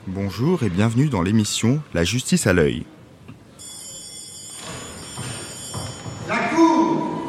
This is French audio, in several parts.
Bonjour et bienvenue dans l'émission La justice à l'œil. La cour!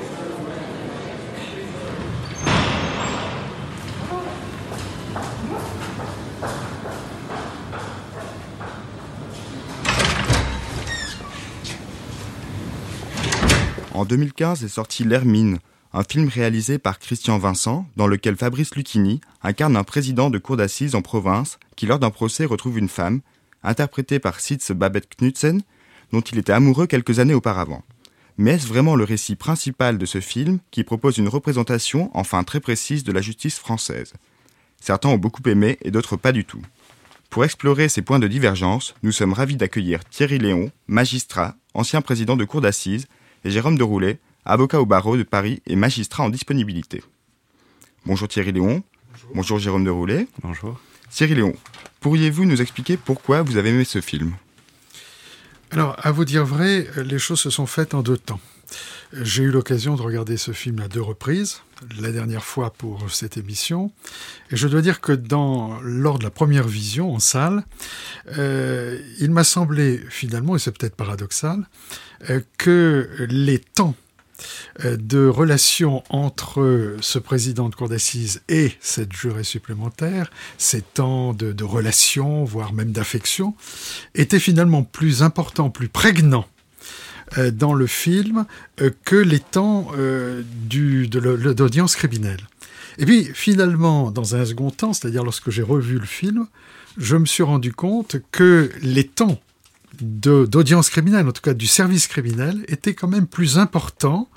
En 2015 est sorti L'Hermine, un film réalisé par Christian Vincent, dans lequel Fabrice Lucchini incarne un président de cour d'assises en province qui, lors d'un procès, retrouve une femme, interprétée par Sitz Babett Knudsen, dont il était amoureux quelques années auparavant. Mais est-ce vraiment le récit principal de ce film qui propose une représentation, enfin très précise, de la justice française ? Certains ont beaucoup aimé et d'autres pas du tout. Pour explorer ces points de divergence, nous sommes ravis d'accueillir Thierry Léon, magistrat, ancien président de cour d'assises, et Jérôme Deroulet, avocat au barreau de Paris et magistrat en disponibilité. Bonjour Thierry Léon. Bonjour Jérôme Deroulet. Bonjour. Thierry Léon, pourriez-vous nous expliquer pourquoi vous avez aimé ce film ? Alors, à vous dire vrai, les choses se sont faites en deux temps. J'ai eu l'occasion de regarder ce film à 2 reprises, la dernière fois pour cette émission, et je dois dire que lors de la première vision en salle, il m'a semblé finalement, et c'est peut-être paradoxal, que les temps de relation entre ce président de cour d'assises et cette jurée supplémentaire, ces temps de relation, voire même d'affection, étaient finalement plus importants, plus prégnants dans le film que les temps d'audience criminelle. Et puis finalement, dans un second temps, c'est-à-dire lorsque j'ai revu le film, je me suis rendu compte que les temps d'audience criminelle, en tout cas du service criminel, étaient quand même plus importants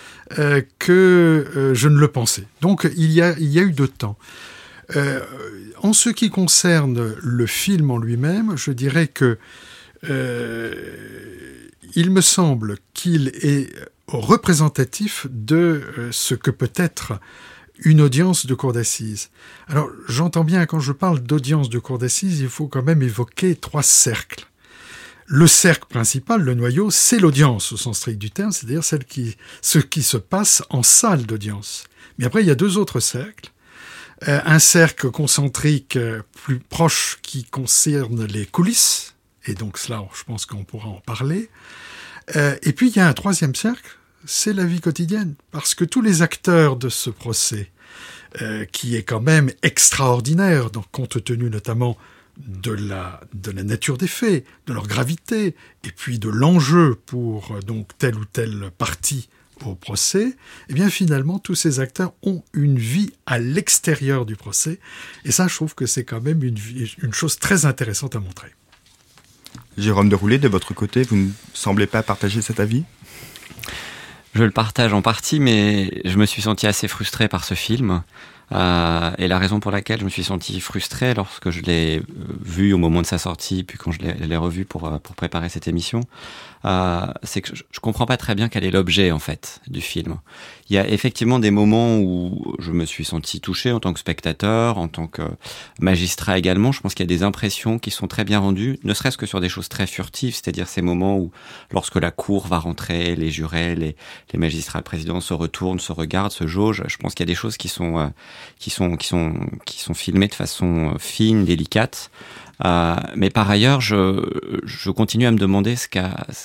que je ne le pensais. Donc il y a eu 2 temps. En ce qui concerne le film en lui-même, je dirais que il me semble qu'il est représentatif de ce que peut être une audience de cour d'assises. Alors, j'entends bien, quand je parle d'audience de cour d'assises, il faut quand même évoquer 3 cercles. Le cercle principal, le noyau, c'est l'audience, au sens strict du terme, c'est-à-dire ce qui se passe en salle d'audience. Mais après, il y a 2 autres cercles. Un cercle concentrique plus proche qui concerne les coulisses, et donc cela, je pense qu'on pourra en parler. Et puis, il y a un 3e cercle, c'est la vie quotidienne. Parce que tous les acteurs de ce procès, qui est quand même extraordinaire, donc compte tenu notamment de la nature des faits, de leur gravité, et puis de l'enjeu pour donc telle ou telle partie au procès, eh bien finalement, tous ces acteurs ont une vie à l'extérieur du procès. Et ça, je trouve que c'est quand même une chose très intéressante à montrer. Jérôme Deroulet, de votre côté, vous ne semblez pas partager cet avis ? Je le partage en partie, mais je me suis senti assez frustré par ce film. Et la raison pour laquelle je me suis senti frustré lorsque je l'ai vu au moment de sa sortie, puis quand je l'ai revu pour préparer cette émission, c'est que je comprends pas très bien quel est l'objet, en fait, du film. Il y a effectivement des moments où je me suis senti touché en tant que spectateur, en tant que magistrat également. Je pense qu'il y a des impressions qui sont très bien rendues, ne serait-ce que sur des choses très furtives, c'est-à-dire ces moments où, lorsque la cour va rentrer, les jurés, les magistrats, le président se retournent, se regardent, se jaugent. Je pense qu'il y a des choses qui sont filmées de façon fine, délicate. Mais par ailleurs, je continue à me demander ce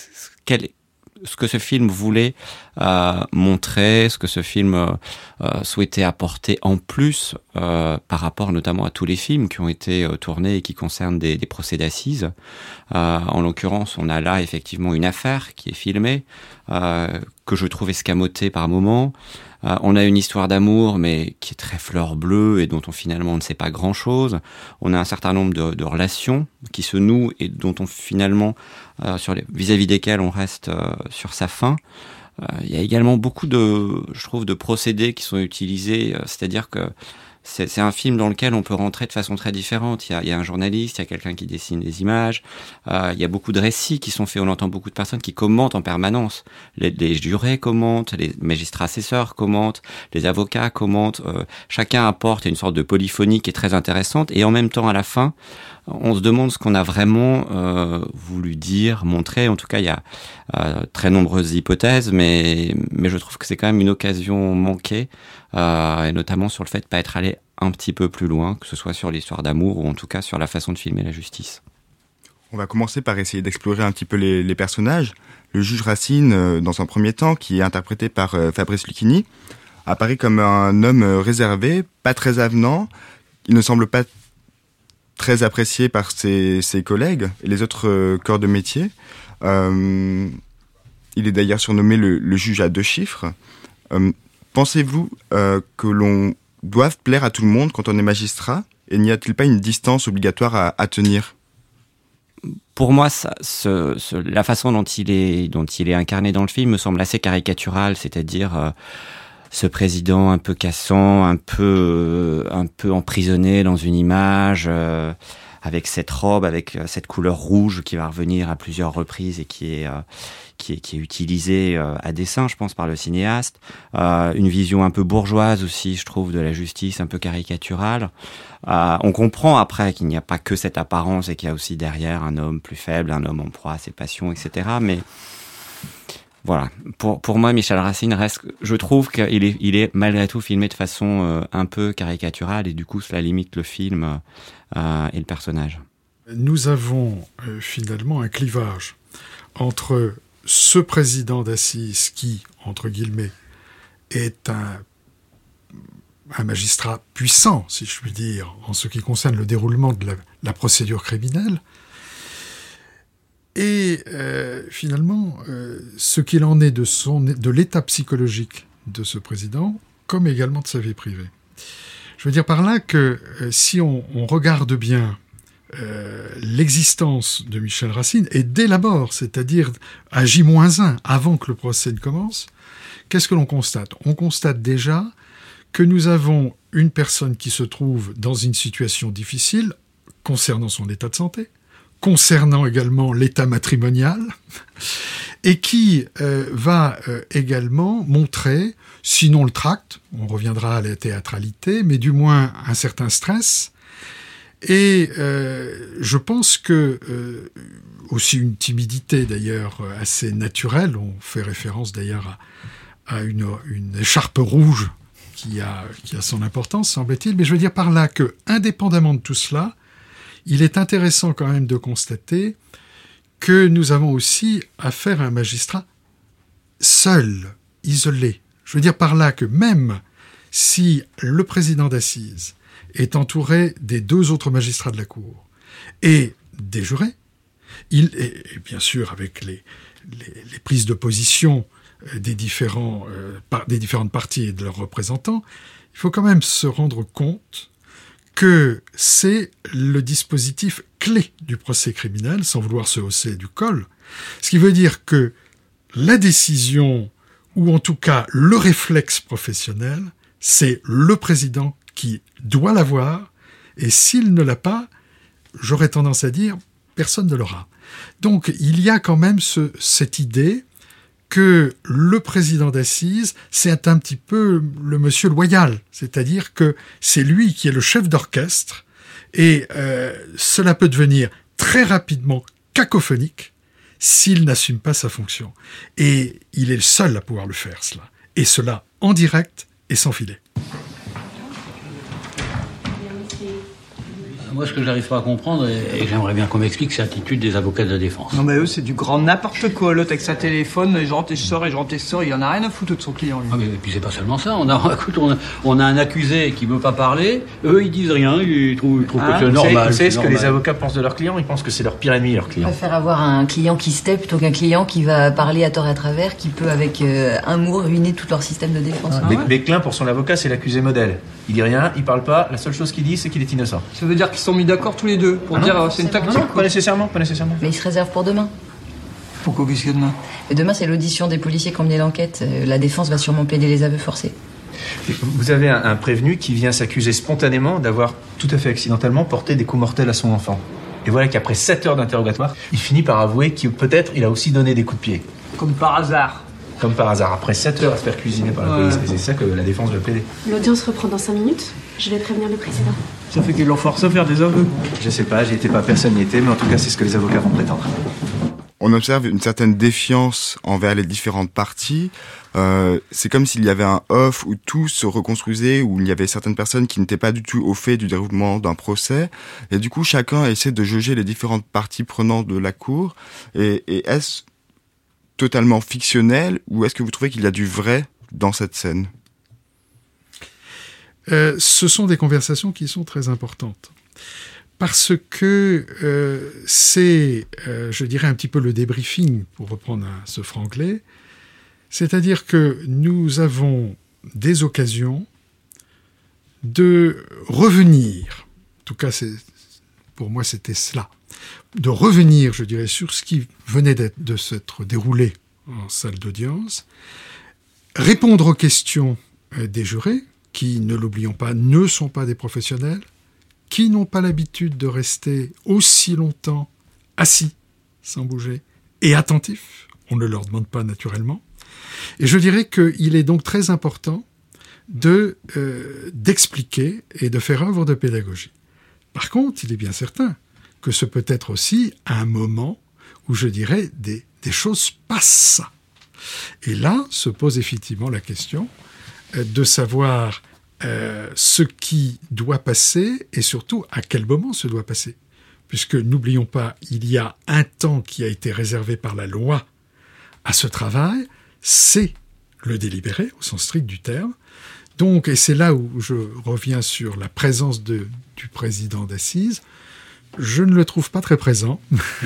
que ce film voulait montrer, ce que ce film souhaitait apporter en plus par rapport notamment à tous les films qui ont été tournés et qui concernent des procès d'assises. En l'occurrence, on a là effectivement une affaire qui est filmée, que je trouve escamotée par moments. On a une histoire d'amour, mais qui est très fleur bleue et dont finalement on ne sait pas grand-chose. On a un certain nombre de relations qui se nouent et dont on finalement, vis-à-vis desquelles on reste sur sa fin. Il y a également beaucoup de procédés qui sont utilisés, c'est-à-dire que c'est un film dans lequel on peut rentrer de façon très différente. Il y a un journaliste, il y a quelqu'un qui dessine des images, il y a beaucoup de récits qui sont faits, on entend beaucoup de personnes qui commentent en permanence. Les jurés commentent, les magistrats assesseurs commentent, les avocats commentent, chacun apporte une sorte de polyphonie qui est très intéressante, et en même temps, à la fin, on se demande ce qu'on a vraiment voulu dire, montrer. En tout cas, il y a très nombreuses hypothèses, mais je trouve que c'est quand même une occasion manquée, et notamment sur le fait de pas être allé un petit peu plus loin, que ce soit sur l'histoire d'amour ou en tout cas sur la façon de filmer la justice. On va commencer par essayer d'explorer un petit peu les personnages. Le juge Racine, dans un premier temps, qui est interprété par Fabrice Lucchini, apparaît comme un homme réservé, pas très avenant. Il ne semble pas très apprécié par ses collègues et les autres corps de métier. Il est d'ailleurs surnommé le juge à 2 chiffres. Pensez-vous que l'on doive plaire à tout le monde quand on est magistrat ? Et n'y a-t-il pas une distance obligatoire à tenir ? Pour moi, la façon dont il est incarné dans le film me semble assez caricaturale, c'est-à-dire ce président un peu cassant, un peu emprisonné dans une image, avec cette robe, avec cette couleur rouge qui va revenir à plusieurs reprises et qui est utilisée à dessein, je pense, par le cinéaste. Une vision un peu bourgeoise aussi, je trouve, de la justice, un peu caricaturale. On comprend après qu'il n'y a pas que cette apparence et qu'il y a aussi derrière un homme plus faible, un homme en proie à ses passions, etc. Mais voilà, pour moi, Michel Racine reste, je trouve qu'il est malgré tout filmé de façon un peu caricaturale et du coup, cela limite le film et le personnage. Nous avons finalement un clivage entre ce président d'assises qui, entre guillemets, est un magistrat puissant, si je puis dire, en ce qui concerne le déroulement de la procédure criminelle, et finalement, ce qu'il en est de l'état psychologique de ce président, comme également de sa vie privée. Je veux dire par là que si on regarde bien l'existence de Michel Racine, et dès l'abord, c'est-à-dire à J-1, avant que le procès ne commence, qu'est-ce que l'on constate ? On constate déjà que nous avons une personne qui se trouve dans une situation difficile concernant son état de santé, concernant également l'état matrimonial, et qui va également montrer, sinon le tract, on reviendra à la théâtralité, mais du moins un certain stress, et je pense que aussi une timidité d'ailleurs assez naturelle, on fait référence d'ailleurs à une écharpe rouge qui a son importance, semble-t-il, mais je veux dire par là que, indépendamment de tout cela, il est intéressant quand même de constater que nous avons aussi affaire à un magistrat seul, isolé. Je veux dire par là que même si le président d'assises est entouré des 2 autres magistrats de la Cour et des jurés, et bien sûr avec les prises de position des différentes parties et de leurs représentants, il faut quand même se rendre compte que c'est le dispositif clé du procès criminel, sans vouloir se hausser du col, ce qui veut dire que la décision, ou en tout cas le réflexe professionnel, c'est le président qui doit l'avoir, et s'il ne l'a pas, j'aurais tendance à dire, personne ne l'aura. Donc il y a quand même cette idée que le président d'assises, c'est un petit peu le monsieur loyal, c'est-à-dire que c'est lui qui est le chef d'orchestre, et cela peut devenir très rapidement cacophonique s'il n'assume pas sa fonction. Et il est le seul à pouvoir le faire, cela. Et cela en direct et sans filet. Moi, ce que j'arrive pas à comprendre, et j'aimerais bien qu'on m'explique, c'est l'attitude des avocats de la défense. Non mais eux, c'est du grand n'importe quoi. L'autre avec sa téléphone, je rentre et je sors, il en a rien à foutre de son client, lui. Ah, mais puis c'est pas seulement ça. On a un accusé qui veut pas parler. Eux, ils disent rien. Ils trouvent que c'est normal. Vous savez ce que les avocats pensent de leurs clients ? Ils pensent que c'est leur pire ennemi, leurs clients. Je préfère avoir un client qui se tait plutôt qu'un client qui va parler à tort et à travers, qui peut avec un mot ruiner tout leur système de défense. Mais Klein, pour son avocat, c'est l'accusé modèle. Il dit rien, il parle pas. La seule chose qu'il dit, c'est qu'il est innocent. Ça veut dire qu'ils sont mis d'accord tous les deux pour dire c'est une tactique. Non, pas nécessairement. Mais ils se réservent pour demain. Pourquoi qu'est-ce qu'il y a demain ? Et demain, c'est l'audition des policiers qui ont mené l'enquête. La défense va sûrement plaider les aveux forcés. Vous avez un prévenu qui vient s'accuser spontanément d'avoir, tout à fait accidentellement, porté des coups mortels à son enfant. Et voilà qu'après 7 heures d'interrogatoire, il finit par avouer qu'il peut-être il a aussi donné des coups de pied. Comme par hasard. Après 7 heures à se faire cuisiner par la police. Et c'est ça que la défense veut plaider. L'audience reprend dans 5 minutes. Je vais prévenir le président. Ça fait qu'ils l'ont forcé à faire des aveux. Je sais pas, j'y étais pas, personne n'y était, mais en tout cas, c'est ce que les avocats vont prétendre. on observe une certaine défiance envers les différentes parties. C'est comme s'il y avait un off où tout se reconstruisait, où il y avait certaines personnes qui n'étaient pas du tout au fait du déroulement d'un procès. Et du coup, chacun essaie de jauger les différentes parties prenantes de la cour. Et est-ce totalement fictionnel ou est-ce que vous trouvez qu'il y a du vrai dans cette scène ? Ce sont des conversations qui sont très importantes. Parce que c'est, je dirais, un petit peu le débriefing, pour reprendre ce franglais. C'est-à-dire que nous avons des occasions de revenir, en tout cas pour moi c'était cela, de revenir, je dirais, sur ce qui venait de s'être déroulé en salle d'audience, répondre aux questions des jurés, qui, ne l'oublions pas, ne sont pas des professionnels, qui n'ont pas l'habitude de rester aussi longtemps assis, sans bouger, et attentifs. On ne leur demande pas naturellement. Et je dirais qu'il est donc très important d'expliquer et de faire œuvre de pédagogie. Par contre, il est bien certain que ce peut être aussi un moment où, je dirais, des choses passent. Et là se pose effectivement la question de savoir ce qui doit passer et surtout à quel moment ce doit passer. Puisque, n'oublions pas, il y a un temps qui a été réservé par la loi à ce travail, c'est le délibéré, au sens strict du terme. Donc, et c'est là où je reviens sur la présence du président d'assises, je ne le trouve pas très présent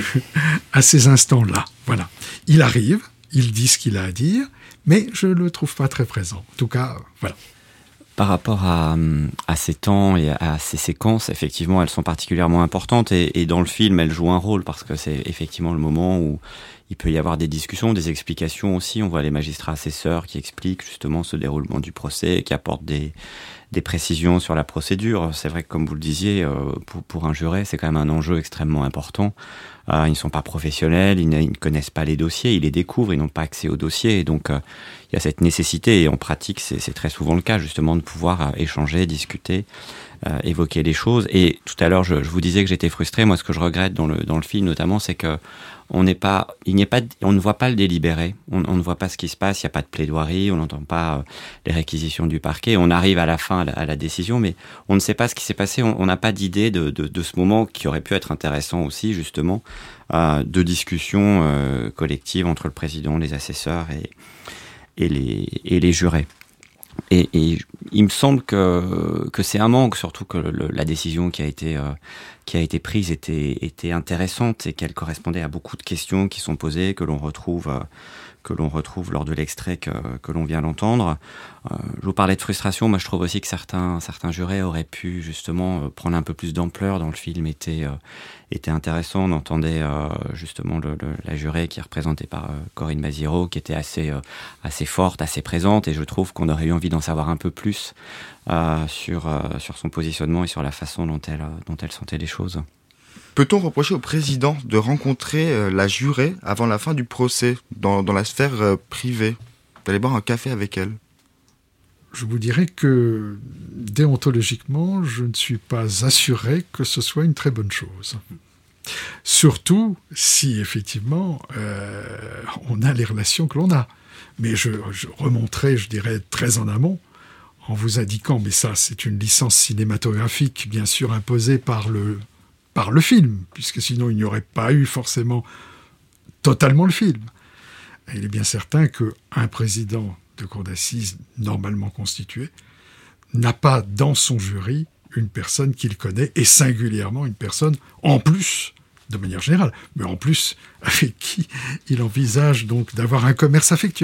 à ces instants-là. Voilà. Il arrive, il dit ce qu'il a à dire, mais je ne le trouve pas très présent. En tout cas, voilà. Par rapport à ces temps et à ces séquences, effectivement, elles sont particulièrement importantes et dans le film, elles jouent un rôle parce que c'est effectivement le moment où il peut y avoir des discussions, des explications aussi. On voit les magistrats assesseurs qui expliquent justement ce déroulement du procès, qui apportent des précisions sur la procédure. C'est vrai que, comme vous le disiez, pour un juré, c'est quand même un enjeu extrêmement important. Ils ne sont pas professionnels, ils ne connaissent pas les dossiers, ils les découvrent, ils n'ont pas accès aux dossiers. Et donc, il y a cette nécessité, et en pratique, c'est très souvent le cas, justement, de pouvoir échanger, discuter, évoquer les choses. Et tout à l'heure, je vous disais que j'étais frustré. Moi, ce que je regrette dans le film, notamment, c'est que on ne voit pas le délibéré, on ne voit pas ce qui se passe, il n'y a pas de plaidoirie, on n'entend pas les réquisitions du parquet, on arrive à la fin à la décision, mais on ne sait pas ce qui s'est passé, on n'a pas d'idée de ce moment qui aurait pu être intéressant aussi, justement, de discussion collective entre le président, les assesseurs et les jurés. Et il me semble que c'est un manque, surtout que la décision qui a été prise était intéressante et qu'elle correspondait à beaucoup de questions qui sont posées, que l'on retrouve lors de l'extrait que l'on vient d'entendre. Je vous parlais de frustration, moi je trouve aussi que certains jurés auraient pu justement prendre un peu plus d'ampleur dans le film, était intéressant. On entendait justement la jurée qui est représentée par Corinne Maziero, qui était assez forte, assez présente, et je trouve qu'on aurait eu envie d'en savoir un peu plus sur son positionnement et sur la façon dont elle sentait les choses. Peut-on reprocher au président de rencontrer la jurée avant la fin du procès, dans la sphère privée, d'aller boire un café avec elle ? Je vous dirais que, déontologiquement, je ne suis pas assuré que ce soit une très bonne chose. Surtout si, effectivement, on a les relations que l'on a. Mais je remonterai, je dirais, très en amont, en vous indiquant, mais ça, c'est une licence cinématographique, bien sûr, imposée par le film, puisque sinon il n'y aurait pas eu forcément totalement le film. Et il est bien certain qu'un président de cour d'assises normalement constitué n'a pas dans son jury une personne qu'il connaît, et singulièrement une personne, en plus, de manière générale, mais en plus avec qui il envisage donc d'avoir un commerce affectueux.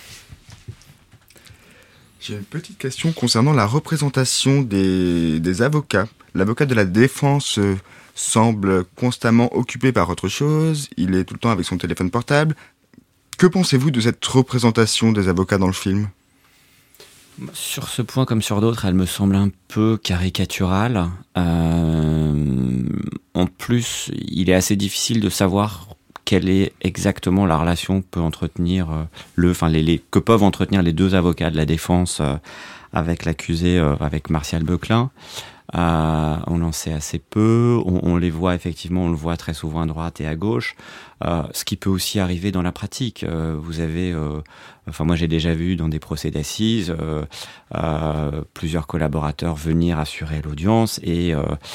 J'ai une petite question concernant la représentation des avocats. L'avocat de la défense semble constamment occupé par autre chose, il est tout le temps avec son téléphone portable. Que pensez-vous de cette représentation des avocats dans le film ? Sur ce point, comme sur d'autres, elle me semble un peu caricaturale. En plus, il est assez difficile de savoir quelle est exactement la relation que peut entretenir que peuvent entretenir les deux avocats de la défense avec l'accusé, avec Martial Beuclin. On en sait assez peu. On les voit effectivement, on le voit très souvent à droite et à gauche. Ce qui peut aussi arriver dans la pratique. Vous avez, moi j'ai déjà vu dans des procès d'assises plusieurs collaborateurs venir assurer l'audience et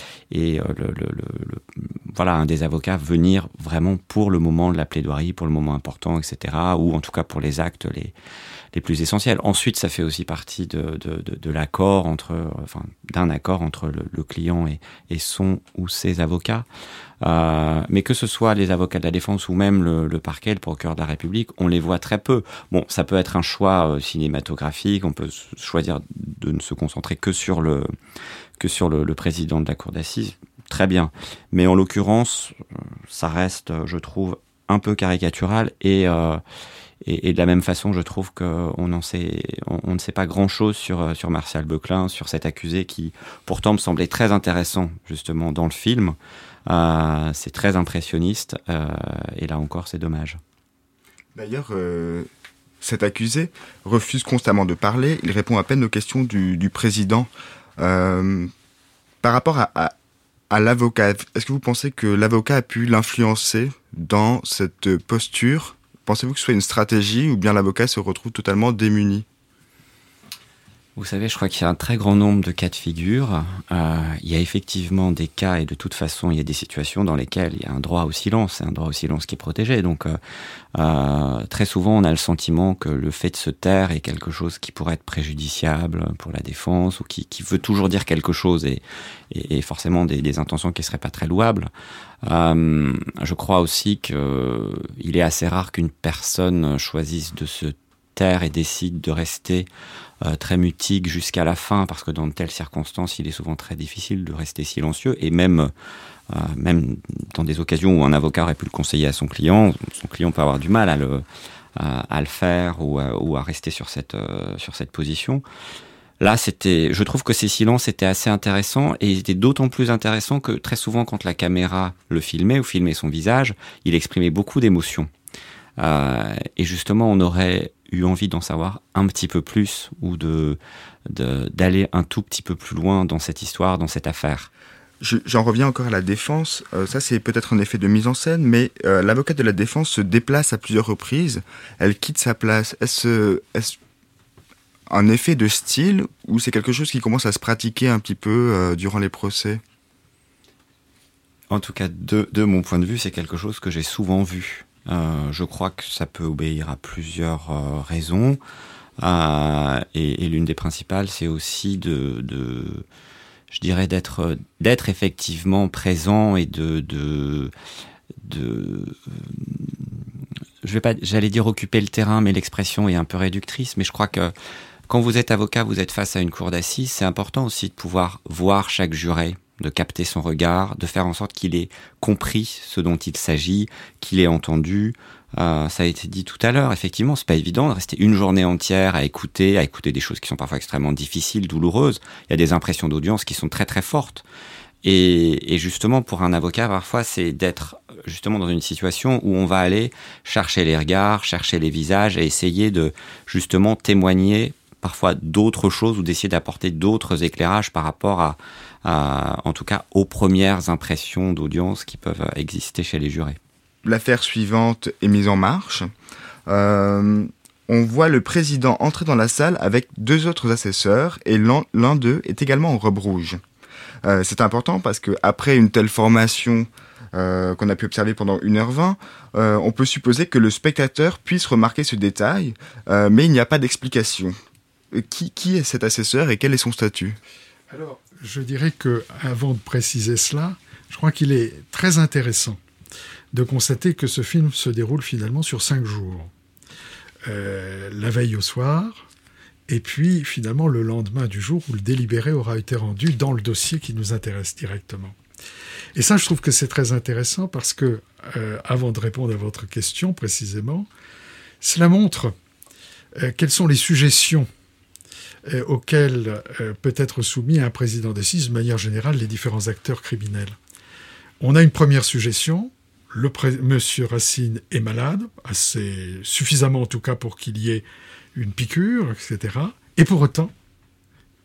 voilà, un des avocats venir vraiment pour le moment de la plaidoirie, pour le moment important, etc. Ou en tout cas pour les actes les plus essentiels. Ensuite, ça fait aussi partie de l'accord d'un accord entre le client et son ou ses avocats. Mais que ce soit les avocats de la défense ou même le parquet, le procureur de la République, on les voit très peu. Bon, ça peut être un choix cinématographique, on peut choisir de ne se concentrer que sur le président de la cour d'assises, très bien. Mais en l'occurrence, ça reste, je trouve, un peu caricatural et de la même façon, je trouve qu'on ne sait pas grand-chose sur Martial Beuclin, sur cet accusé qui, pourtant, me semblait très intéressant, justement, dans le film. C'est très impressionniste, et là encore, c'est dommage. D'ailleurs, cet accusé refuse constamment de parler. Il répond à peine aux questions du président. Par rapport à l'avocat, est-ce que vous pensez que l'avocat a pu l'influencer dans cette posture ? Pensez-vous que ce soit une stratégie ou bien l'avocat se retrouve totalement démuni ? Vous savez, je crois qu'il y a un très grand nombre de cas de figure. Il y a effectivement des cas, et de toute façon, il y a des situations dans lesquelles il y a un droit au silence, un droit au silence qui est protégé. Donc, très souvent, on a le sentiment que le fait de se taire est quelque chose qui pourrait être préjudiciable pour la défense, ou qui veut toujours dire quelque chose, et forcément des intentions qui ne seraient pas très louables. Je crois aussi qu'il est assez rare qu'une personne choisisse de se taire et décide de rester très mutique jusqu'à la fin, parce que dans de telles circonstances, il est souvent très difficile de rester silencieux, et même dans des occasions où un avocat aurait pu le conseiller à son client peut avoir du mal à le faire ou à rester sur cette position. Là, je trouve que ces silences étaient assez intéressants, et ils étaient d'autant plus intéressants que très souvent, quand la caméra le filmait ou filmait son visage, il exprimait beaucoup d'émotions. Et justement, on aurait eu envie d'en savoir un petit peu plus, ou d'aller un tout petit peu plus loin dans cette histoire, dans cette affaire. J'en reviens encore à la défense. Ça, c'est peut-être un effet de mise en scène, mais l'avocate de la défense se déplace à plusieurs reprises. Elle quitte sa place. Est-ce un effet de style, ou c'est quelque chose qui commence à se pratiquer un petit peu durant les procès ? En tout cas, de mon point de vue, c'est quelque chose que j'ai souvent vu. Je crois que ça peut obéir à plusieurs raisons, et l'une des principales, c'est aussi je dirais d'être effectivement présent, et j'allais dire occuper le terrain, mais l'expression est un peu réductrice, mais je crois que quand vous êtes avocat, vous êtes face à une cour d'assises, c'est important aussi de pouvoir voir chaque juré, de capter son regard, de faire en sorte qu'il ait compris ce dont il s'agit, qu'il ait entendu. Ça a été dit tout à l'heure, effectivement, c'est pas évident de rester une journée entière à écouter des choses qui sont parfois extrêmement difficiles, douloureuses. Il y a des impressions d'audience qui sont très très fortes. Et justement, pour un avocat, parfois, c'est d'être justement dans une situation où on va aller chercher les regards, chercher les visages, et essayer de justement témoigner parfois d'autres choses, ou d'essayer d'apporter d'autres éclairages par rapport en tout cas aux premières impressions d'audience qui peuvent exister chez les jurés. L'affaire suivante est mise en marche. On voit le président entrer dans la salle avec deux autres assesseurs, et l'un d'eux est également en robe rouge. C'est important parce qu'après une telle formation qu'on a pu observer pendant 1h20, on peut supposer que le spectateur puisse remarquer ce détail, mais il n'y a pas d'explication. Qui est cet assesseur et quel est son statut ? Alors, je dirais qu'avant de préciser cela, je crois qu'il est très intéressant de constater que ce film se déroule finalement sur 5 jours. La veille au soir, et puis finalement le lendemain du jour où le délibéré aura été rendu dans le dossier qui nous intéresse directement. Et ça, je trouve que c'est très intéressant parce que, avant de répondre à votre question précisément, cela montre quelles sont les suggestions auxquelles peut être soumis un président d'assises, de manière générale, les différents acteurs criminels. On a une première suggestion, Monsieur Racine est malade, assez suffisamment en tout cas pour qu'il y ait une piqûre, etc. Et pour autant,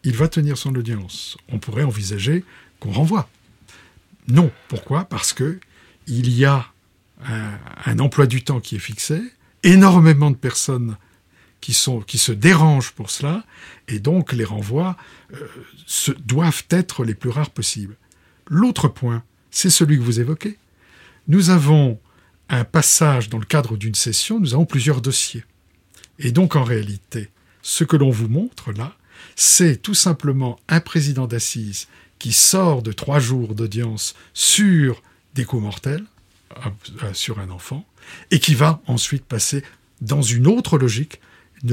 il va tenir son audience. On pourrait envisager qu'on renvoie. Non. Pourquoi ? Parce que il y a un emploi du temps qui est fixé, énormément de personnes qui se dérangent pour cela, et donc les renvois doivent être les plus rares possibles. L'autre point, c'est celui que vous évoquez. Nous avons un passage dans le cadre d'une session, nous avons plusieurs dossiers. Et donc en réalité, ce que l'on vous montre là, c'est tout simplement un président d'assises qui sort de 3 jours d'audience sur des coups mortels, sur un enfant, et qui va ensuite passer dans une autre logique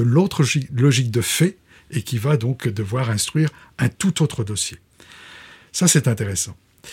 de fait, et qui va donc devoir instruire un tout autre dossier. Ça, c'est intéressant.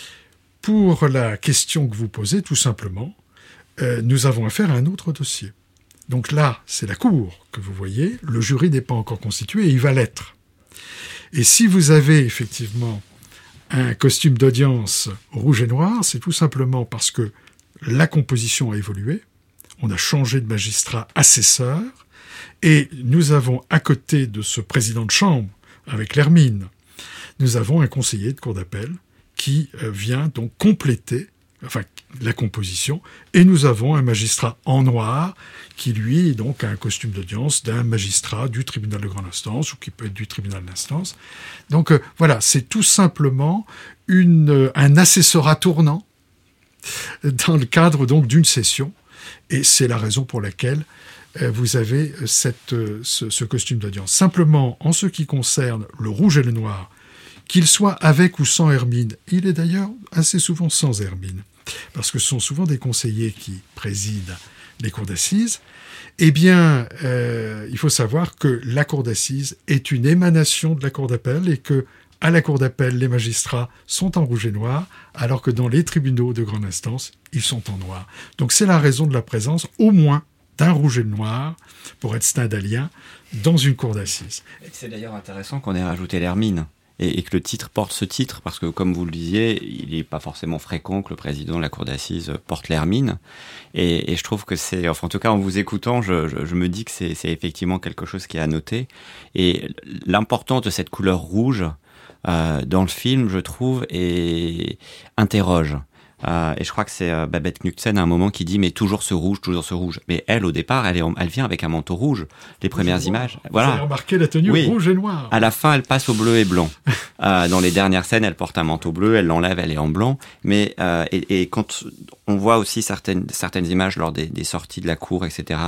Pour la question que vous posez, tout simplement, nous avons affaire à un autre dossier. Donc là, c'est la cour que vous voyez, le jury n'est pas encore constitué, et il va l'être. Et si vous avez effectivement un costume d'audience rouge et noir, c'est tout simplement parce que la composition a évolué, on a changé de magistrat assesseur, et nous avons à côté de ce président de chambre, avec l'hermine, nous avons un conseiller de cour d'appel qui vient donc compléter la composition, et nous avons un magistrat en noir qui, lui, donc, a un costume d'audience d'un magistrat du tribunal de grande instance, ou qui peut être du tribunal d'instance. Donc voilà, c'est tout simplement un assessorat tournant dans le cadre donc d'une session, et c'est la raison pour laquelle vous avez ce costume d'audience. Simplement, en ce qui concerne le rouge et le noir, qu'il soit avec ou sans hermine, il est d'ailleurs assez souvent sans hermine, parce que ce sont souvent des conseillers qui président les cours d'assises, eh bien, il faut savoir que la cour d'assises est une émanation de la cour d'appel, et que à la cour d'appel, les magistrats sont en rouge et noir, alors que dans les tribunaux de grande instance, ils sont en noir. Donc c'est la raison de la présence, au moins, d'un rouge et de noir, pour être stendhalien, dans une cour d'assises. C'est d'ailleurs intéressant qu'on ait rajouté l'hermine, et que le titre porte ce titre, parce que, comme vous le disiez, il n'est pas forcément fréquent que le président de la cour d'assises porte l'hermine, et je trouve que c'est, enfin, en tout cas, en vous écoutant, je me dis que c'est effectivement quelque chose qui est à noter, et l'importance de cette couleur rouge dans le film, je trouve, et interroge. Et je crois que c'est Babette Knudsen à un moment qui dit mais toujours ce rouge. Mais elle, au départ, elle vient avec un manteau rouge. Les premières images, voilà. Vous avez remarqué la tenue rouge et noire. À la fin, elle passe au bleu et blanc. Dans les dernières scènes, elle porte un manteau bleu, elle l'enlève, elle est en blanc. Mais et quand on voit aussi certaines images lors des sorties de la cour, etc.,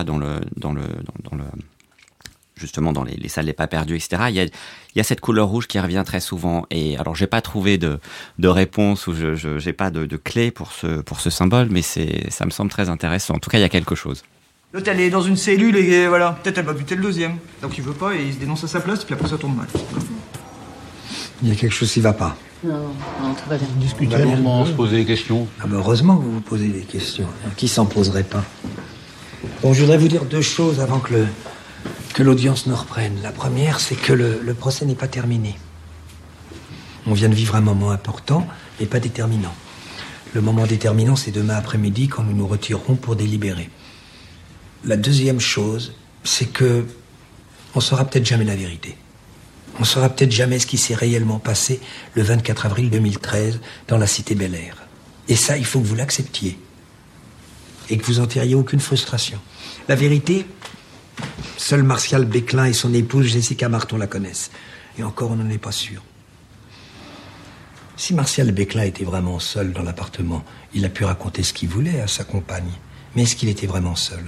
justement dans les salles des pas perdus, etc. Il y a cette couleur rouge qui revient très souvent. Et alors, j'ai pas trouvé de réponse, ou j'ai pas de clé pour ce symbole, mais ça me semble très intéressant. En tout cas, il y a quelque chose. L'autre, elle est dans une cellule et voilà. Peut-être elle va buter le deuxième. Donc il veut pas et il se dénonce à sa place, puis après ça tourne mal. Il y a quelque chose qui va pas. Non, tout va bien. Discuter un moment, se poser des questions. Ah ben heureusement que vous vous posez des questions. Qui s'en poserait pas? Bon, je voudrais vous dire 2 choses avant que l'audience ne reprenne. La première, c'est que le procès n'est pas terminé. On vient de vivre un moment important, mais pas déterminant. Le moment déterminant, c'est demain après-midi, quand nous nous retirerons pour délibérer. La deuxième chose, c'est que on saura peut-être jamais la vérité. On saura peut-être jamais ce qui s'est réellement passé le 24 avril 2013 dans la cité Bel Air. Et ça, il faut que vous l'acceptiez. Et que vous en tiriez aucune frustration. La vérité, seul Martial Béclin et son épouse Jessica Marton la connaissent. Et encore, on n'en est pas sûr. Si Martial Béclin était vraiment seul dans l'appartement, il a pu raconter ce qu'il voulait à sa compagne. Mais est-ce qu'il était vraiment seul?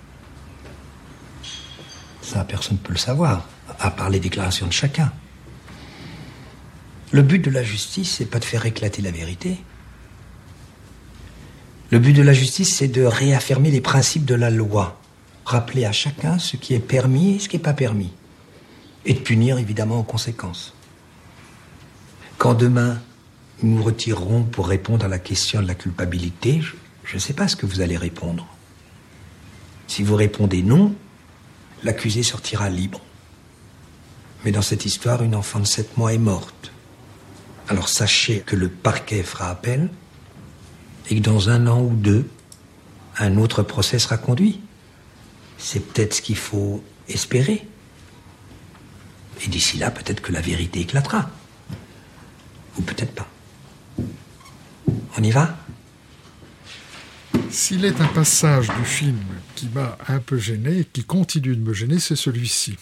Ça, personne ne peut le savoir, à part les déclarations de chacun. Le but de la justice, c'est pas de faire éclater la vérité. Le but de la justice, c'est de réaffirmer les principes de la loi. Rappeler à chacun ce qui est permis et ce qui n'est pas permis. Et de punir, évidemment, en conséquence. Quand demain, nous nous retirerons pour répondre à la question de la culpabilité, je ne sais pas ce que vous allez répondre. Si vous répondez non, l'accusé sortira libre. Mais dans cette histoire, une enfant de 7 mois est morte. Alors sachez que le parquet fera appel et que dans 1 an ou 2, un autre procès sera conduit. C'est peut-être ce qu'il faut espérer. Et d'ici là, peut-être que la vérité éclatera. Ou peut-être pas. On y va ? S'il est un passage du film qui m'a un peu gêné, et qui continue de me gêner, c'est celui-ci.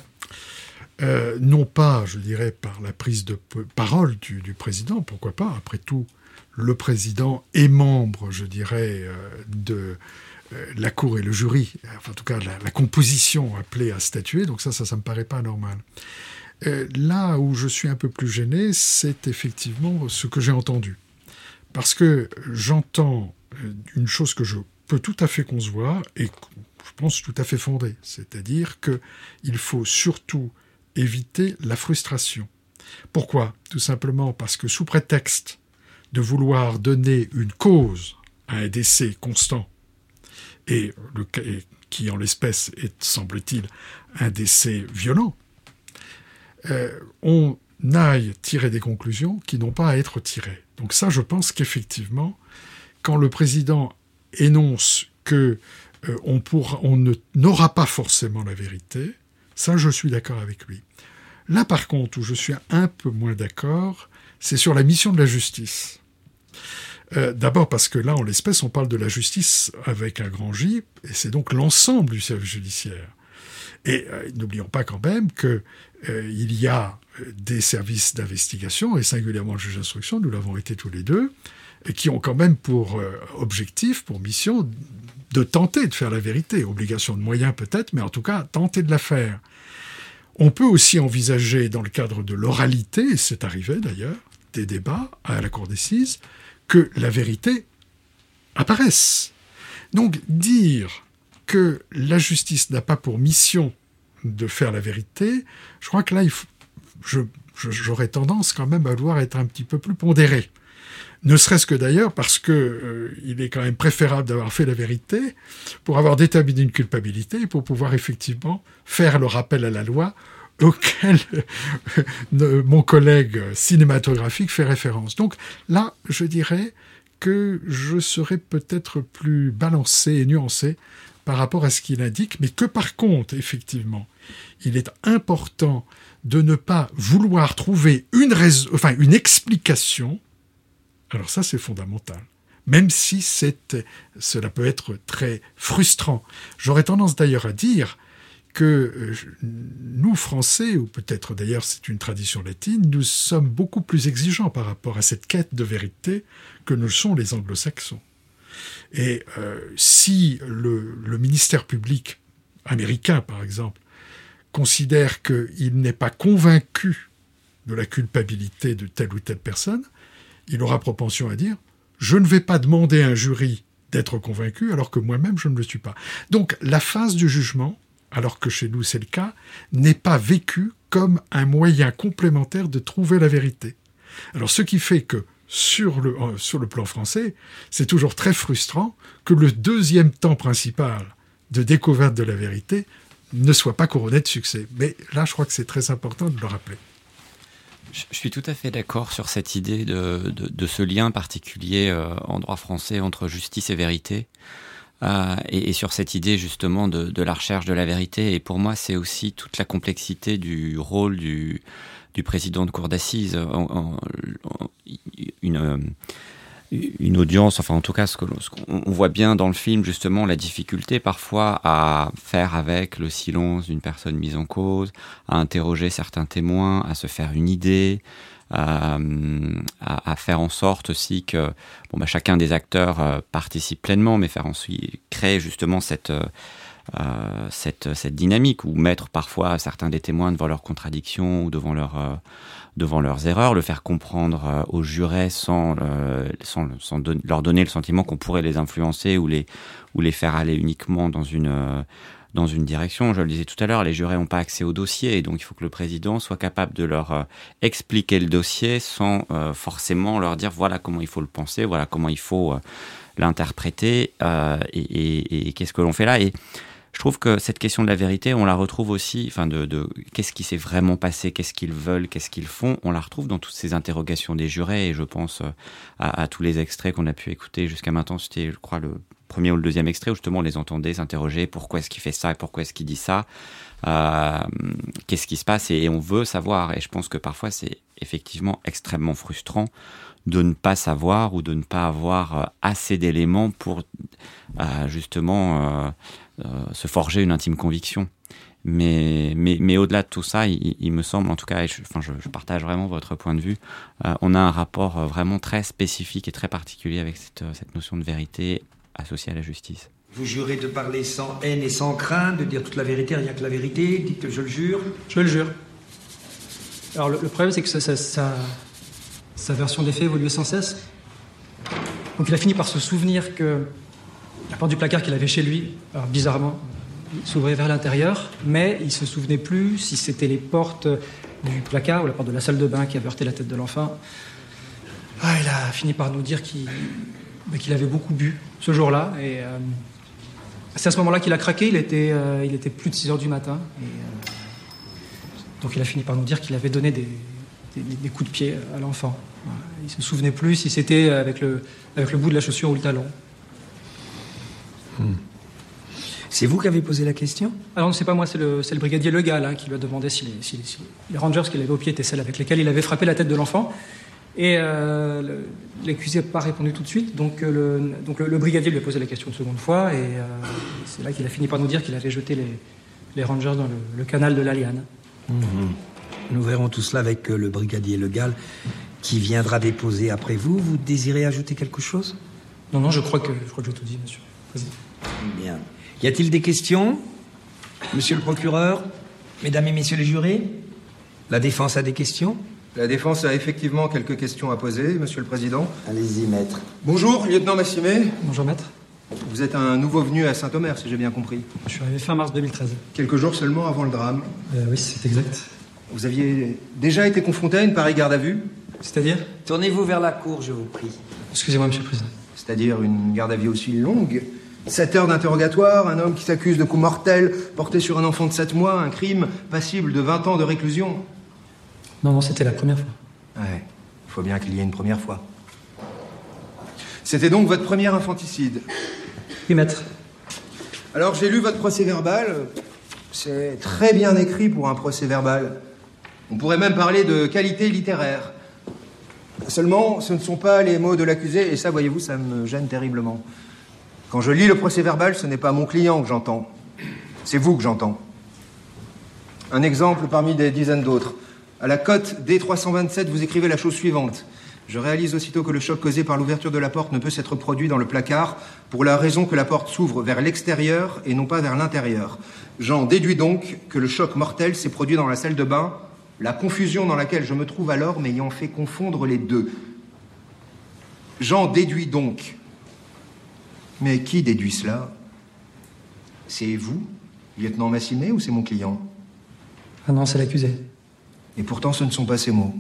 Non pas, je dirais, par la prise de parole du président, pourquoi pas, après tout, le président est membre, je dirais, de la cour et le jury, enfin, en tout cas la composition appelée à statuer, donc ça me paraît pas normal. Là où je suis un peu plus gêné, c'est effectivement ce que j'ai entendu. Parce que j'entends une chose que je peux tout à fait concevoir et je pense tout à fait fondée, c'est-à-dire qu'il faut surtout éviter la frustration. Pourquoi ? Tout simplement parce que sous prétexte de vouloir donner une cause à un décès constant, et qui en l'espèce est, semble-t-il, un décès violent, on aille tirer des conclusions qui n'ont pas à être tirées. Donc ça, je pense qu'effectivement, quand le président énonce que on n'aura pas forcément la vérité, ça, je suis d'accord avec lui. Là, par contre, où je suis un peu moins d'accord, c'est sur la mission de la justice. D'abord parce que là, en l'espèce, on parle de la justice avec un grand J, et c'est donc l'ensemble du service judiciaire. Et n'oublions pas quand même qu'il y a des services d'investigation, et singulièrement le juge d'instruction, nous l'avons été tous les deux, qui ont quand même pour objectif, pour mission, de tenter de faire la vérité. Obligation de moyens peut-être, mais en tout cas, tenter de la faire. On peut aussi envisager, dans le cadre de l'oralité, et c'est arrivé d'ailleurs, des débats à la cour d'assises, que la vérité apparaisse. Donc dire que la justice n'a pas pour mission de faire la vérité, je crois que là, j'aurais tendance quand même à vouloir être un petit peu plus pondéré. Ne serait-ce que d'ailleurs parce que il est quand même préférable d'avoir fait la vérité pour avoir déterminé une culpabilité et pour pouvoir effectivement faire le rappel à la loi auquel mon collègue cinématographique fait référence. Donc là, je dirais que je serais peut-être plus balancé et nuancé par rapport à ce qu'il indique, mais que par contre, effectivement, il est important de ne pas vouloir trouver une explication. Alors ça, c'est fondamental. Même si cela peut être très frustrant. J'aurais tendance d'ailleurs à dire que nous, Français, ou peut-être d'ailleurs c'est une tradition latine, nous sommes beaucoup plus exigeants par rapport à cette quête de vérité que ne le sont les anglo-saxons. Et si le ministère public américain, par exemple, considère qu'il n'est pas convaincu de la culpabilité de telle ou telle personne, il aura propension à dire « je ne vais pas demander à un jury d'être convaincu alors que moi-même je ne le suis pas ». Donc la phase du jugement, alors que chez nous c'est le cas, n'est pas vécue comme un moyen complémentaire de trouver la vérité. Alors ce qui fait que sur le plan français, c'est toujours très frustrant que le deuxième temps principal de découverte de la vérité ne soit pas couronné de succès. Mais là, je crois que c'est très important de le rappeler. Je suis tout à fait d'accord sur cette idée de ce lien particulier en droit français entre justice et vérité, et sur cette idée justement de la recherche de la vérité. Et pour moi, c'est aussi toute la complexité du rôle du président de cour d'assises. Une audience, enfin en tout cas ce qu'on voit bien dans le film, justement la difficulté parfois à faire avec le silence d'une personne mise en cause, à interroger certains témoins, à se faire une idée, à faire en sorte aussi que chacun des acteurs participe pleinement, mais faire ensuite créer justement cette dynamique, ou mettre parfois certains des témoins devant leurs contradictions ou devant leurs erreurs, le faire comprendre aux jurés sans leur donner le sentiment qu'on pourrait les influencer ou les faire aller uniquement dans une direction. Je le disais tout à l'heure, les jurés n'ont pas accès au dossier, et donc il faut que le président soit capable de leur expliquer le dossier sans forcément leur dire voilà comment il faut le penser, voilà comment il faut l'interpréter, et qu'est-ce que l'on fait là. Et je trouve que cette question de la vérité, on la retrouve aussi, de qu'est-ce qui s'est vraiment passé, qu'est-ce qu'ils veulent, qu'est-ce qu'ils font, on la retrouve dans toutes ces interrogations des jurés, et je pense à tous les extraits qu'on a pu écouter jusqu'à maintenant. C'était, je crois, premier ou le deuxième extrait où justement on les entendait s'interroger, pourquoi est-ce qu'il fait ça et pourquoi est-ce qu'il dit ça, qu'est-ce qui se passe, et on veut savoir. Et je pense que parfois c'est effectivement extrêmement frustrant de ne pas savoir ou de ne pas avoir assez d'éléments pour justement se forger une intime conviction. Mais au-delà de tout ça, il me semble, en tout cas, je partage vraiment votre point de vue, on a un rapport vraiment très spécifique et très particulier avec cette notion de vérité associée à la justice. Vous jurez de parler sans haine et sans crainte, de dire toute la vérité, rien que la vérité. Dites, je le jure. Je le jure. Alors, le problème, c'est que sa version des faits évoluait sans cesse. Donc, il a fini par se souvenir que la porte du placard qu'il avait chez lui, alors bizarrement, s'ouvrait vers l'intérieur, mais il ne se souvenait plus si c'était les portes du placard ou la porte de la salle de bain qui avait heurté la tête de l'enfant. Il a fini par nous dire qu'il avait beaucoup bu ce jour-là, et c'est à ce moment-là qu'il a craqué. Il était plus de 6 heures du matin, et donc il a fini par nous dire qu'il avait donné des coups de pied à l'enfant. Il ne se souvenait plus si c'était avec le bout de la chaussure ou le talon. C'est vous qui avez posé la question? Alors non, c'est pas moi, c'est le brigadier Le Gall qui lui a demandé si les rangers qu'il avait au pied étaient celles avec lesquelles il avait frappé la tête de l'enfant. Et l'accusé n'a pas répondu tout de suite, donc le brigadier lui a posé la question une seconde fois, et c'est là qu'il a fini par nous dire qu'il avait jeté les rangers dans le canal de la Liane. Nous verrons tout cela avec le brigadier Le Gall, qui viendra déposer après vous. Vous désirez ajouter quelque chose? Non, je crois que j'ai tout dit, monsieur le président. Bien. Y a-t-il des questions? Monsieur le procureur, mesdames et messieurs les jurés, la défense a des questions? La défense a effectivement quelques questions à poser, monsieur le président. Allez-y, maître. Bonjour, lieutenant Massimet. Bonjour, maître. Vous êtes un nouveau venu à Saint-Omer, si j'ai bien compris. Je suis arrivé fin mars 2013. Quelques jours seulement avant le drame. Oui, c'est exact. Vous aviez déjà été confronté à une pareille garde à vue? C'est-à-dire? Tournez-vous vers la cour, je vous prie. Excusez-moi, monsieur le président. C'est-à-dire une garde à vue aussi longue? 7 heures d'interrogatoire, un homme qui s'accuse de coups mortels portés sur un enfant de 7 mois, un crime passible de 20 ans de réclusion. Non, c'était la première fois. Ouais, il faut bien qu'il y ait une première fois. C'était donc votre premier infanticide? Oui, maître. Alors, j'ai lu votre procès-verbal. C'est très bien écrit pour un procès-verbal. On pourrait même parler de qualité littéraire. Seulement, ce ne sont pas les mots de l'accusé, et ça, voyez-vous, ça me gêne terriblement. Quand je lis le procès-verbal, ce n'est pas mon client que j'entends. C'est vous que j'entends. Un exemple parmi des dizaines d'autres. À la cote D327, vous écrivez la chose suivante. Je réalise aussitôt que le choc causé par l'ouverture de la porte ne peut s'être produit dans le placard pour la raison que la porte s'ouvre vers l'extérieur et non pas vers l'intérieur. J'en déduis donc que le choc mortel s'est produit dans la salle de bain, la confusion dans laquelle je me trouve alors m'ayant fait confondre les deux. J'en déduis donc. Mais qui déduit cela? C'est vous, lieutenant Massimet, ou c'est mon client? Ah non, c'est l'accusé. Et pourtant, ce ne sont pas ces mots.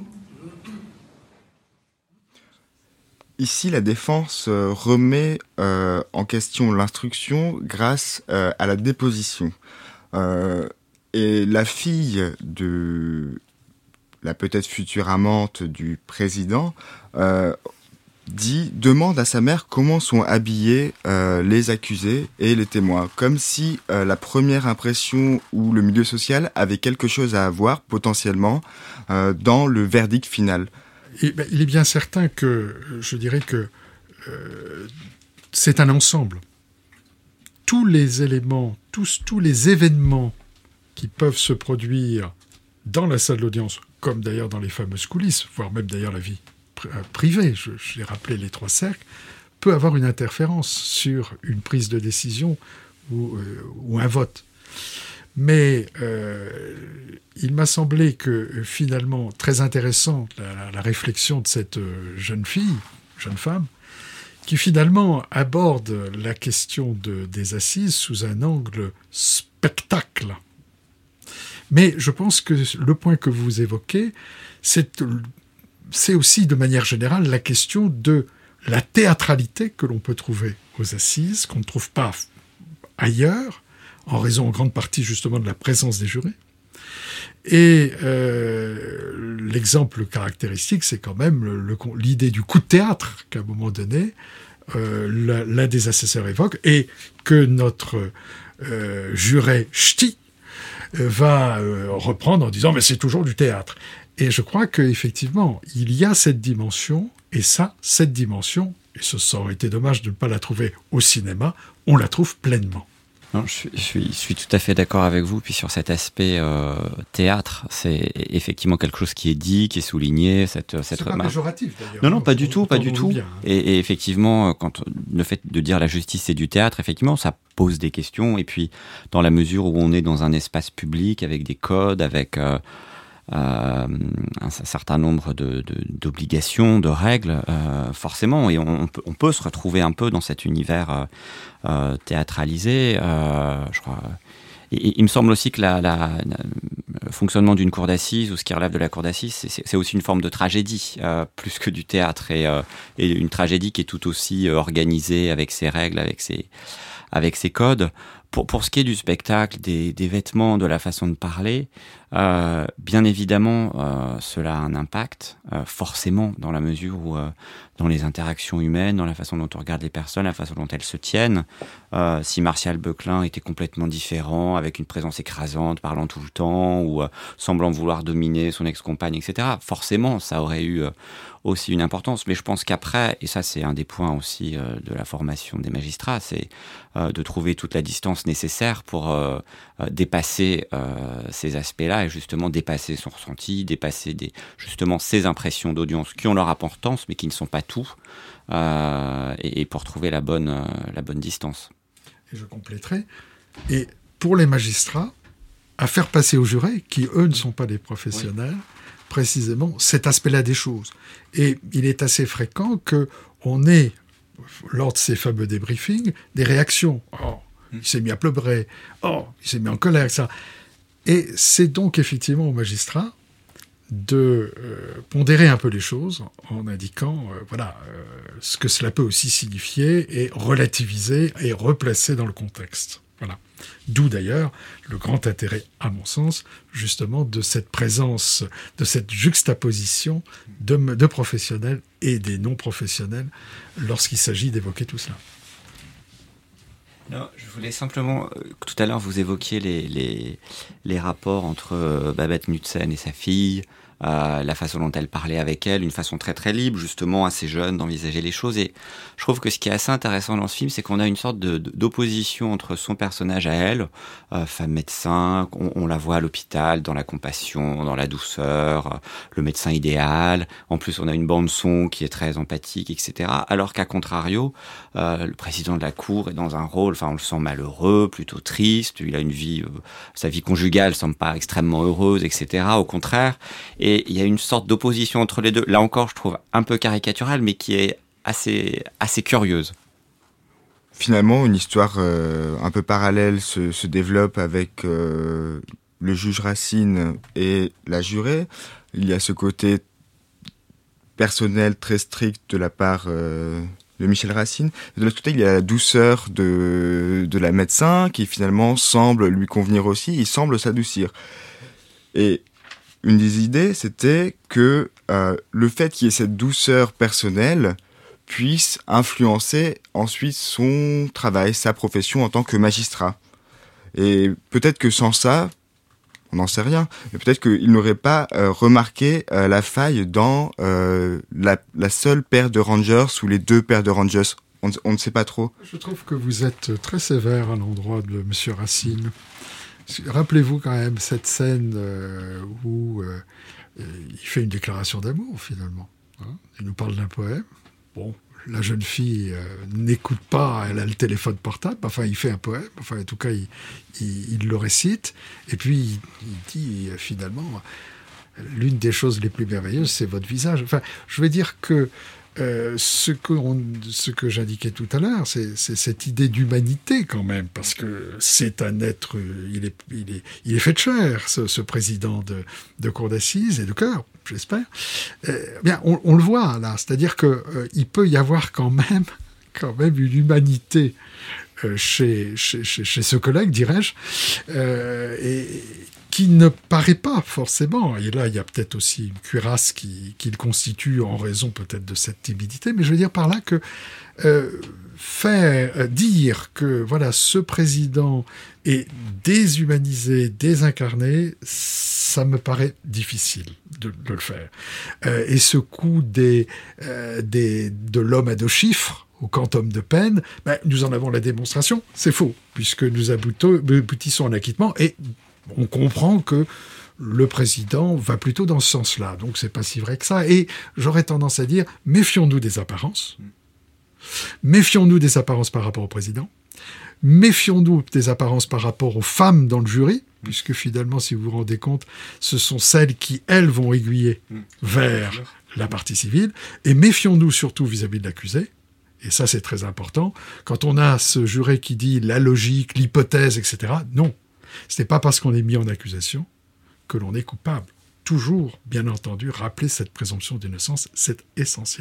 Ici, la défense remet en question l'instruction grâce à la déposition. Et la fille de la peut-être future amante du président demande à sa mère comment sont habillés les accusés et les témoins, comme si la première impression ou le milieu social avait quelque chose à avoir potentiellement dans le verdict final. Il est bien certain que, je dirais que c'est un ensemble. Tous les éléments, tous les événements qui peuvent se produire dans la salle d'audience, comme d'ailleurs dans les fameuses coulisses, voire même d'ailleurs la vie privée, j'ai rappelé les 3 cercles, peut avoir une interférence sur une prise de décision ou un vote. Mais il m'a semblé que finalement, très intéressante la réflexion de cette jeune femme, qui finalement aborde la question des assises sous un angle spectacle. Mais je pense que le point que vous évoquez, c'est aussi de manière générale la question de la théâtralité que l'on peut trouver aux assises, qu'on ne trouve pas ailleurs, en raison en grande partie justement de la présence des jurés. Et l'exemple caractéristique, c'est quand même l'idée du coup de théâtre qu'à un moment donné, l'un des assesseurs évoque, et que notre juré ch'ti va reprendre en disant « mais c'est toujours du théâtre ». Et je crois qu'effectivement, il y a cette dimension, et cette dimension, et ça aurait été dommage de ne pas la trouver au cinéma, on la trouve pleinement. Non, je suis tout à fait d'accord avec vous. Puis sur cet aspect théâtre, c'est effectivement quelque chose qui est dit, qui est souligné. C'est pas péjoratif d'ailleurs. Non, pas du tout. Et effectivement, quand le fait de dire la justice c'est du théâtre, effectivement, ça pose des questions. Et puis, dans la mesure où on est dans un espace public avec des codes, avec un certain nombre d'obligations, de règles, forcément, et on peut se retrouver un peu dans cet univers théâtralisé. Je crois. Et il me semble aussi que le fonctionnement d'une cour d'assises, ou ce qui relève de la cour d'assises, c'est aussi une forme de tragédie, plus que du théâtre, et une tragédie qui est tout aussi organisée avec ses règles, avec ses codes. Pour ce qui est du spectacle, des vêtements, de la façon de parler, bien évidemment, cela a un impact, forcément, dans la mesure où, dans les interactions humaines, dans la façon dont on regarde les personnes, la façon dont elles se tiennent, si Martial Beuclin était complètement différent, avec une présence écrasante, parlant tout le temps, ou semblant vouloir dominer son ex-compagne, etc., forcément, ça aurait eu aussi une importance. Mais je pense qu'après, et ça c'est un des points aussi de la formation des magistrats, c'est de trouver toute la distance nécessaire pour dépasser ces aspects-là, et justement dépasser son ressenti, dépasser justement ces impressions d'audience qui ont leur importance, mais qui ne sont pas tout, et pour trouver la bonne distance. Et je compléterai, et pour les magistrats, à faire passer aux jurés, qui eux ne sont pas des professionnels, précisément cet aspect-là des choses. Et il est assez fréquent qu'on ait, lors de ces fameux débriefings, des réactions. Oh, il s'est mis à pleurer. Oh, il s'est mis en colère, etc. Et c'est donc effectivement aux magistrats de pondérer un peu les choses en indiquant ce que cela peut aussi signifier, et relativiser et replacer dans le contexte. Voilà. D'où d'ailleurs le grand intérêt, à mon sens, justement, de cette présence, de cette juxtaposition de professionnels et des non-professionnels lorsqu'il s'agit d'évoquer tout cela. Non, je voulais simplement, tout à l'heure vous évoquiez les rapports entre Babette Knudsen et sa fille, la façon dont elle parlait avec elle, une façon très très libre, justement, assez jeune, d'envisager les choses. Et je trouve que ce qui est assez intéressant dans ce film, c'est qu'on a une sorte d'opposition entre son personnage à elle, femme médecin, on la voit à l'hôpital, dans la compassion, dans la douceur, le médecin idéal. En plus, on a une bande-son qui est très empathique, etc. Alors qu'à contrario, le président de la Cour est dans un rôle, on le sent malheureux, plutôt triste, il a une vie, sa vie conjugale semble pas extrêmement heureuse, etc. Au contraire. Et il y a une sorte d'opposition entre les deux. Là encore, je trouve un peu caricaturale, mais qui est assez curieuse. Finalement, une histoire un peu parallèle se développe avec le juge Racine et la jurée. Il y a ce côté personnel très strict de la part de Michel Racine. De l'autre côté, il y a la douceur de la médecin qui finalement semble lui convenir aussi. Il semble s'adoucir. Et une des idées, c'était que le fait qu'il y ait cette douceur personnelle puisse influencer ensuite son travail, sa profession en tant que magistrat. Et peut-être que sans ça, on n'en sait rien, mais peut-être qu'il n'aurait pas remarqué la faille dans la seule paire de Rangers ou les deux paires de Rangers. On ne sait pas trop. Je trouve que vous êtes très sévère à l'endroit de M. Racine. Rappelez-vous quand même cette scène où il fait une déclaration d'amour, finalement. Il nous parle d'un poème. Bon, la jeune fille n'écoute pas, elle a le téléphone portable. Enfin, il fait un poème. Enfin, en tout cas, il le récite. Et puis, il dit, finalement, l'une des choses les plus merveilleuses, c'est votre visage. Enfin, je veux dire que ce que j'indiquais tout à l'heure, c'est cette idée d'humanité quand même, parce que c'est un être, il est fait de chair, ce président de cour d'assises et de cœur, j'espère. Bien, on le voit là, c'est-à-dire que il peut y avoir quand même une humanité chez ce collègue, dirais-je, et qui ne paraît pas forcément, et là il y a peut-être aussi une cuirasse qui le constitue en raison peut-être de cette timidité, mais je veux dire par là que dire que voilà, ce président est déshumanisé, désincarné, ça me paraît difficile de le faire. Et ce coup de l'homme à 2 chiffres, au quantum de peine, nous en avons la démonstration, c'est faux, puisque nous aboutissons en acquittement, et on comprend que le président va plutôt dans ce sens-là, donc c'est pas si vrai que ça, et j'aurais tendance à dire, méfions-nous des apparences, méfions-nous des apparences par rapport au président, méfions-nous des apparences par rapport aux femmes dans le jury, puisque finalement, si vous vous rendez compte, ce sont celles qui, elles, vont aiguiller vers la partie civile, et méfions-nous surtout vis-à-vis de l'accusé. Et ça, c'est très important. Quand on a ce juré qui dit la logique, l'hypothèse, etc., non. Ce n'est pas parce qu'on est mis en accusation que l'on est coupable. Toujours, bien entendu, rappeler cette présomption d'innocence, c'est essentiel.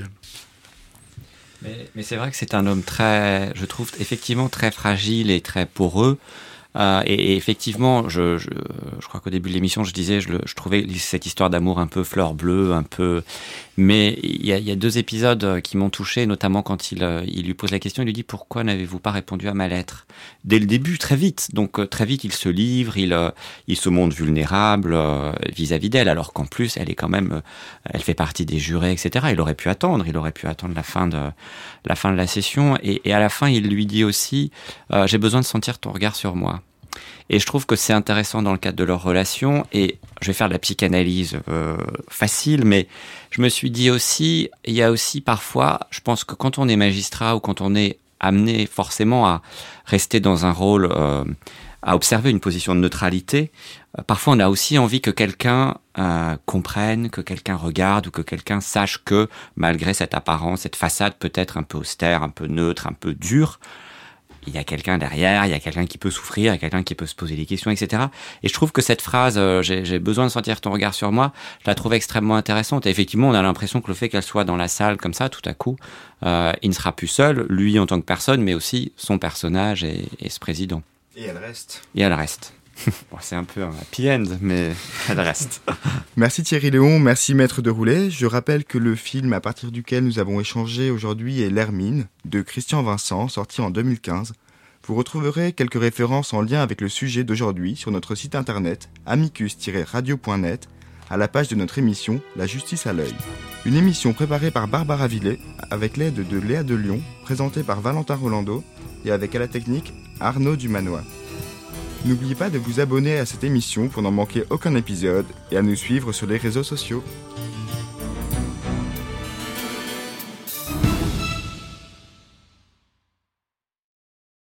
Mais c'est vrai que c'est un homme je trouve effectivement très fragile et très poreux. Et effectivement, je crois qu'au début de l'émission, je disais, je trouvais cette histoire d'amour un peu fleur bleue, un peu. Mais il y a 2 épisodes qui m'ont touché, notamment quand il lui pose la question, il lui dit pourquoi n'avez-vous pas répondu à ma lettre ? Dès le début, très vite. Donc très vite, il se livre, il se montre vulnérable vis-à-vis d'elle, alors qu'en plus, elle est quand même, elle fait partie des jurés, etc. Il aurait pu attendre la fin de la session, et à la fin, il lui dit aussi, j'ai besoin de sentir ton regard sur moi. Et je trouve que c'est intéressant dans le cadre de leur relation, et je vais faire de la psychanalyse facile, mais je me suis dit aussi, il y a aussi parfois, je pense que quand on est magistrat ou quand on est amené forcément à rester dans un rôle, à observer une position de neutralité, parfois on a aussi envie que quelqu'un comprenne, que quelqu'un regarde ou que quelqu'un sache que malgré cette apparence, cette façade peut-être un peu austère, un peu neutre, un peu dure, il y a quelqu'un derrière, il y a quelqu'un qui peut souffrir, il y a quelqu'un qui peut se poser des questions, etc. Et je trouve que cette phrase, j'ai besoin de sentir ton regard sur moi, je la trouve extrêmement intéressante. Et effectivement, on a l'impression que le fait qu'elle soit dans la salle comme ça, tout à coup, il ne sera plus seul, lui en tant que personne, mais aussi son personnage et ce président. Et elle reste. Et elle reste. Bon, c'est un peu un happy end, mais elle reste. Merci Thierry Léon, merci Maître de Roulet. Je rappelle que le film à partir duquel nous avons échangé aujourd'hui est L'Hermine, de Christian Vincent, sorti en 2015. Vous retrouverez quelques références en lien avec le sujet d'aujourd'hui sur notre site internet amicus-radio.net, à la page de notre émission La Justice à l'œil. Une émission préparée par Barbara Villet, avec l'aide de Léa Delion, présentée par Valentin Rolando et avec à la technique Arnaud Dumanois. N'oubliez pas de vous abonner à cette émission pour n'en manquer aucun épisode et à nous suivre sur les réseaux sociaux.